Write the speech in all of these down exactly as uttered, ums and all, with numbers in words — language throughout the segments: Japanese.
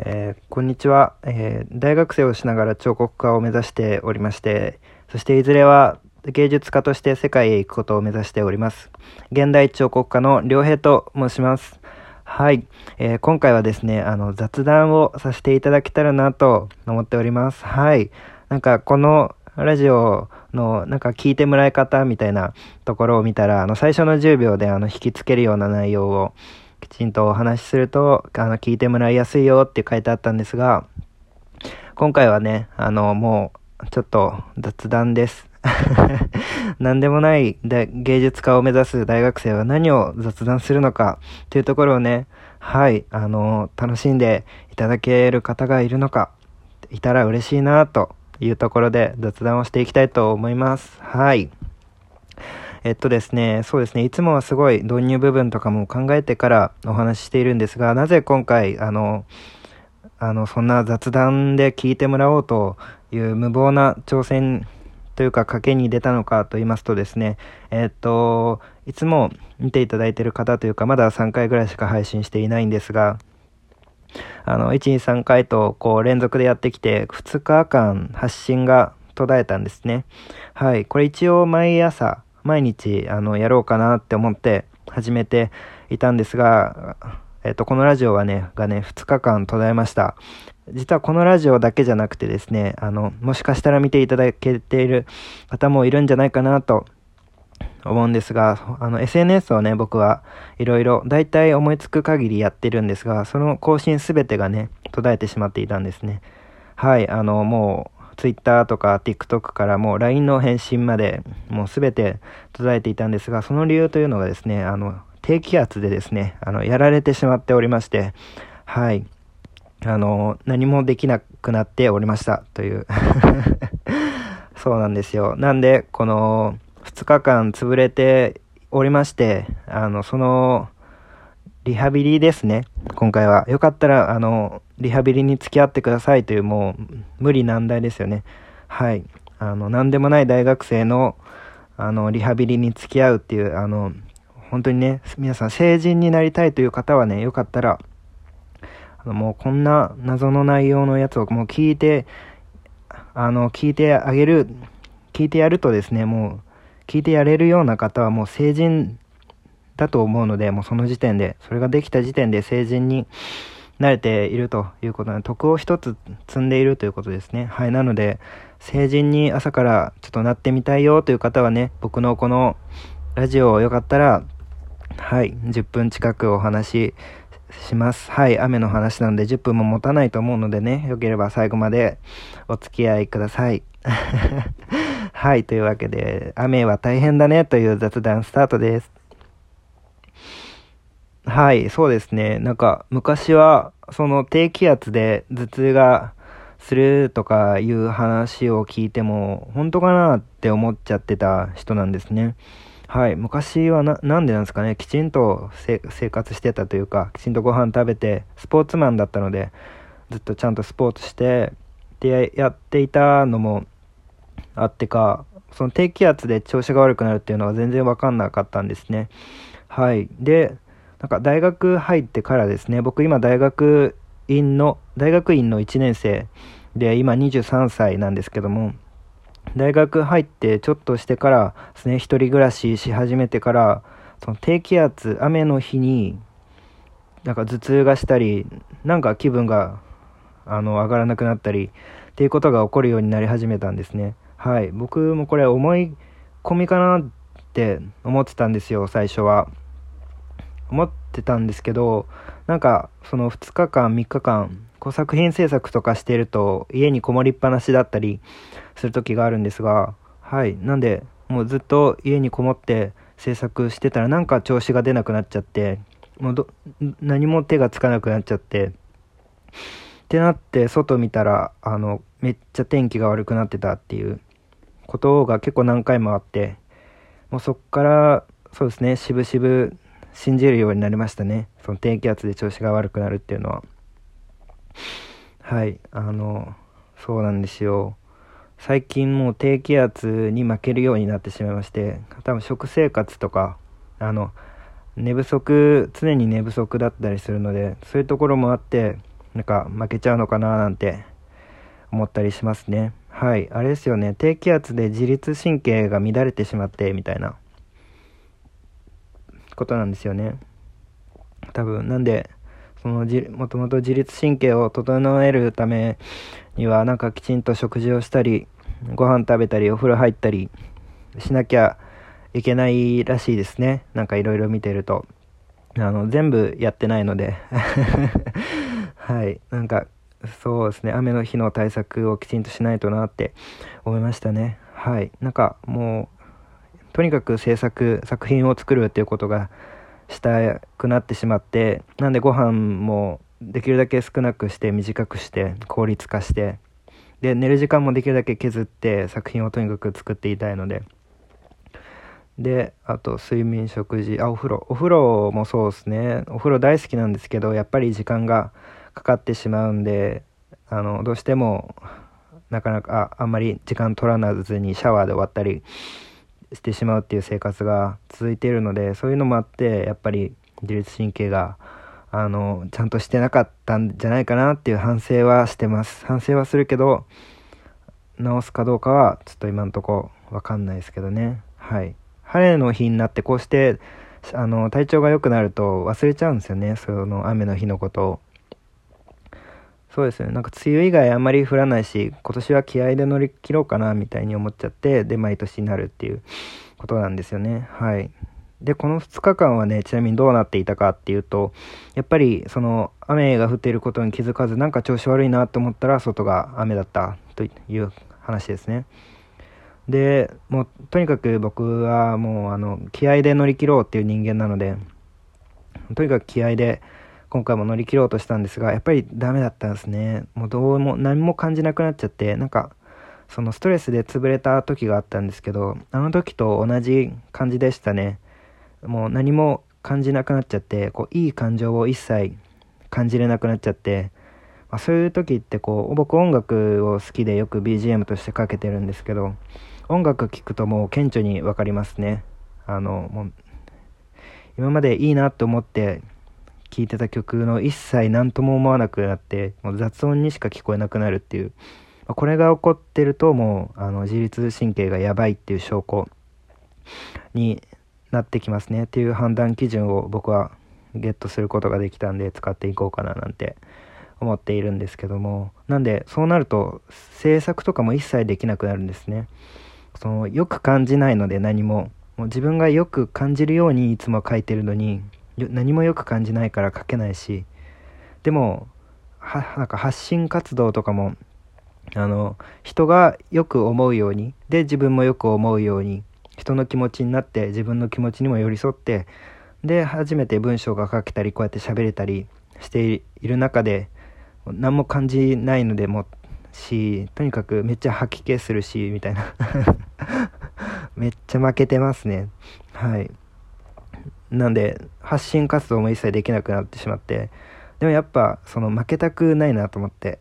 えーこんにちは、えー大学生をしながら彫刻家を目指しておりまして、そしていずれは芸術家として世界へ行くことを目指しております。現代彫刻家の良平と申します。はい、えー今回はですね、あの雑談をさせていただけたらなと思っております。はい、なんかこのラジオのなんか聞いてもらい方みたいなところを見たら、あの最初のじゅうびょうであの引きつけるような内容をきちんとお話しするとあの聞いてもらいやすいよって書いてあったんですが、今回はね、あのもうちょっと雑談です。何でもない大芸術家を目指す大学生は何を雑談するのかというところをね、はい、あの楽しんでいただける方がいるのか、いたら嬉しいなというところで雑談をしていきたいと思います。はい。えっとですね、そうですね、いつもはすごい導入部分とかも考えてからお話ししているんですが、なぜ今回、あの、あの、そんな雑談で聞いてもらおうという無謀な挑戦というか賭けに出たのかと言いますとですね、えっと、いつも見ていただいている方というか、まださんかいぐらいしか配信していないんですが、あの、いち、に、さんかいとこう連続でやってきて、ふつかかん発信が途絶えたんですね。はい。これ一応毎朝、毎日、あの、やろうかなって思って始めていたんですが、えっと、このラジオはね、がね、ふつかかん途絶えました。実はこのラジオだけじゃなくてですね、あの、もしかしたら見ていただけている方もいるんじゃないかなと思うんですが、あの エスエヌエス をね、僕はいろいろ大体思いつく限りやってるんですが、その更新すべてがね、途絶えてしまっていたんですね。はい、あのもう Twitter とか TikTok からもう ライン の返信までもうすべて途絶えていたんですが、その理由というのがですね、あの低気圧でですね、あのやられてしまっておりまして、はい、あの何もできなくなっておりましたというそうなんですよ。なんでこのふつかかん潰れておりまして、あの、その、リハビリですね。今回は。よかったら、あの、リハビリに付き合ってくださいという、もう、無理難題ですよね。はい。あの、なんでもない大学生の、あの、リハビリに付き合うっていう、あの、本当にね、皆さん成人になりたいという方はね、よかったら、あの、もうこんな謎の内容のやつをもう聞いて、あの、聞いてあげる、聞いてやるとですね、もう、聞いてやれるような方はもう成人だと思うので、もうその時点で、それができた時点で成人になれているということで、徳を一つ積んでいるということですね。はい。なので、成人に朝からちょっとなってみたいよという方はね、僕のこのラジオをよかったら、はい、じゅっぷん近くお話しします。はい、雨の話なのでじゅっぷんも持たないと思うのでね、よければ最後までお付き合いください。はい、というわけで、雨は大変だねという雑談スタートです。はい、そうですね。なんか昔はその低気圧で頭痛がするとかいう話を聞いても本当かなって思っちゃってた人なんですね。はい、昔はな、なんでなんですかね、きちんとせ生活してたというか、きちんとご飯食べて、スポーツマンだったので、ずっとちゃんとスポーツして、で、やっていたのもあってか、その低気圧で調子が悪くなるっていうのは全然わかんなかったんですね。はい。で、なんか大学入ってからですね、僕今大学院の、大学院のいちねん生で、今にじゅうさんさいなんですけども、大学入ってちょっとしてからですね、一人暮らしし始めてから、その低気圧、雨の日に、なんか頭痛がしたり、なんか気分が、あの、上がらなくなったり、っていうことが起こるようになり始めたんですね。はい。僕もこれ思い込みかなって思ってたんですよ、最初は。思ってたんですけど、なんかそのふつかかんみっかかんこう作品制作とかしてると家にこもりっぱなしだったりする時があるんですが、はい、なんでもうずっと家にこもって制作してたらなんか調子が出なくなっちゃって、もうど何も手がつかなくなっちゃってってなって、外見たらあのめっちゃ天気が悪くなってたっていうことが結構何回もあって、もうそっからそうですね、しぶしぶ信じるようになりましたね。その低気圧で調子が悪くなるっていうのは。はい、あのそうなんですよ。最近もう低気圧に負けるようになってしまいまして、多分食生活とかあの寝不足常に寝不足だったりするので、そういうところもあってなんか負けちゃうのかななんて思ったりしますね。はい、あれですよね、低気圧で自律神経が乱れてしまってみたいなことなんですよね。多分なんでそのじもともと自律神経を整えるためにはなんかきちんと食事をしたりご飯食べたりお風呂入ったりしなきゃいけないらしいですね。なんかいろいろ見てるとあの全部やってないのではい、なんかそうですね、雨の日の対策をきちんとしないとなって思いましたね。はい、なんかもうとにかく制作作品を作るっていうことがしたくなってしまって、なんでご飯もできるだけ少なくして短くして効率化して、で寝る時間もできるだけ削って作品をとにかく作っていたいので、であと睡眠食事、あお風呂お風呂もそうですね、お風呂大好きなんですけどやっぱり時間がかかってしまうんで、あのどうしてもなかなか あ, あんまり時間取らずにシャワーで終わったりしてしまうっていう生活が続いているので、そういうのもあってやっぱり自律神経があのちゃんとしてなかったんじゃないかなっていう反省はしてます。反省はするけど直すかどうかはちょっと今のとこわかんないですけどね。はい、晴れの日になってこうしてあの体調が良くなると忘れちゃうんですよね、その雨の日のことを。そうですね、なんか梅雨以外あんまり降らないし今年は気合で乗り切ろうかなみたいに思っちゃって、で毎年になるっていうことなんですよね。はい。でこのふつかかんはね、ちなみにどうなっていたかっていうと、やっぱりその雨が降っていることに気づかずなんか調子悪いなと思ったら外が雨だったという話ですね。でもうとにかく僕はもうあの気合で乗り切ろうっていう人間なので、とにかく気合で今回も乗り切ろうとしたんですが、やっぱりダメだったんですね。もうどうも何も感じなくなっちゃって、なんかそのストレスで潰れた時があったんですけど、あの時と同じ感じでしたね。もう何も感じなくなっちゃって、こういい感情を一切感じれなくなっちゃって、まあ、そういう時ってこう僕音楽を好きでよく ビージーエム としてかけてるんですけど、音楽聴くともう顕著に分かりますね。あのもう今までいいなと思って聴いてた曲の一切何とも思わなくなって、もう雑音にしか聞こえなくなるっていう、これが起こってるともうあの自律神経がやばいっていう証拠になってきますねっていう判断基準を僕はゲットすることができたんで使っていこうかななんて思っているんですけども、なんでそうなると制作とかも一切できなくなるんですね。そのよく感じないので、何ももう自分がよく感じるようにいつも書いてるのに何もよく感じないから書けないし、でもはなんか発信活動とかもあの人がよく思うようにで自分もよく思うように人の気持ちになって自分の気持ちにも寄り添って、で初めて文章が書けたりこうやって喋れたりしている中で何も感じないのでもし、とにかくめっちゃ吐き気するしみたいなめっちゃ負けてますね。はい。なんで発信活動も一切できなくなってしまって、でもやっぱその負けたくないなと思って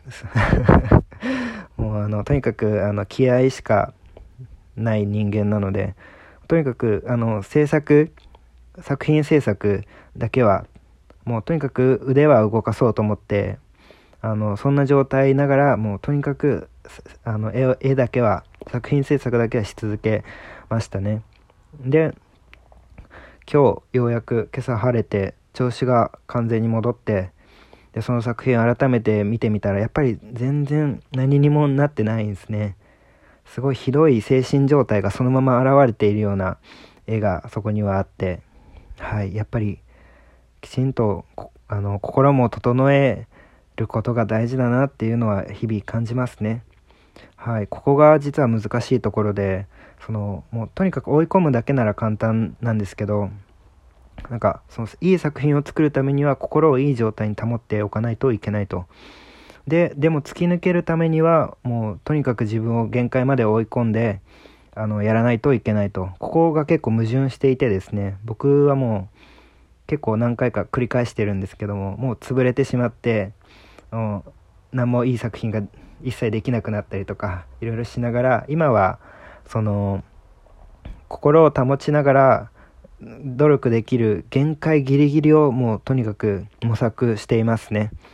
もうあのとにかくあの気合しかない人間なので、とにかくあの制作作品制作だけはもうとにかく腕は動かそうと思って、あのそんな状態ながらもうとにかくあの 絵, 絵だけは作品制作だけはし続けましたね。で今日ようやく今朝晴れて調子が完全に戻って、でその作品を改めて見てみたらやっぱり全然何にもなってないんですね。すごいひどい精神状態がそのまま現れているような絵がそこにはあって、はい、やっぱりきちんとあの心も整えることが大事だなっていうのは日々感じますね。はい、ここが実は難しいところで、そのもうとにかく追い込むだけなら簡単なんですけど、なんかそのいい作品を作るためには心をいい状態に保っておかないといけないと。ででも突き抜けるためにはもうとにかく自分を限界まで追い込んであのやらないといけないと。ここが結構矛盾していてですね、僕はもう結構何回か繰り返してるんですけども、もう潰れてしまって何もいい作品が一切できなくなったりとかいろいろしながら、今はその心を保ちながら努力できる限界ギリギリをもうとにかく模索していますね。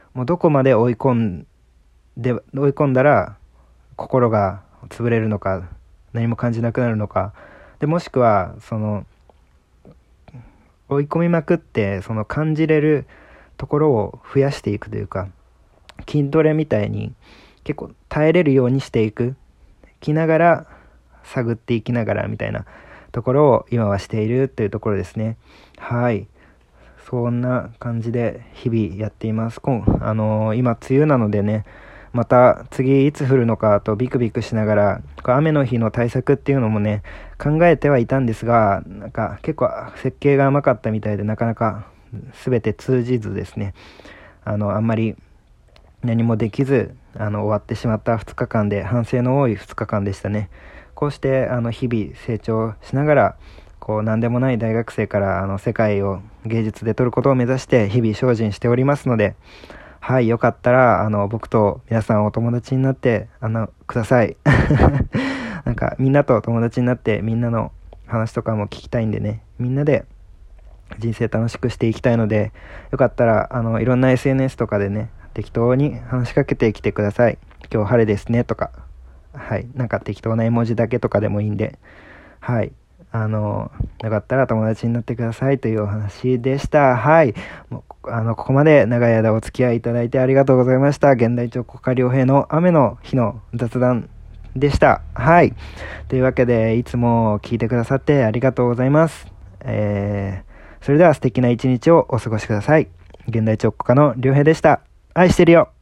もうどこまで追い込んで、追い込んだら心が潰れるのか、何も感じなくなるのか、でもしくはその追い込みまくってその感じれるところを増やしていくというか、筋トレみたいに結構耐えれるようにしていく、きながら探っていきながらみたいなところを今はしているというところですね。はい、そんな感じで日々やっています。今あのー、今梅雨なのでね、また次いつ降るのかとビクビクしながら、雨の日の対策っていうのもね考えてはいたんですが、なんか結構設計が甘かったみたいで、なかなか全て通じずですね、あのあんまり何もできず、あの終わってしまったふつかかんで、反省の多いふつかかんでしたね。こうしてあの日々成長しながら、こう何でもない大学生からあの世界を芸術で撮ることを目指して日々精進しておりますので、はい、よかったらあの僕と皆さんお友達になってあのくださいなんかみんなと友達になって、みんなの話とかも聞きたいんでね、みんなで人生楽しくしていきたいので、よかったらあのいろんな エスエヌエス とかでね適当に話しかけてきてください。今日晴れですねとか、はい、なんか適当な絵文字だけとかでもいいんで、はい、あのよかったら友達になってくださいというお話でした。はい、もうあのここまで長い間お付き合いいただいてありがとうございました。現代彫刻家良平の雨の日の雑談でした。はい、というわけでいつも聞いてくださってありがとうございます。えー、それでは素敵な一日をお過ごしください。現代彫刻家の良平でした。愛してるよ。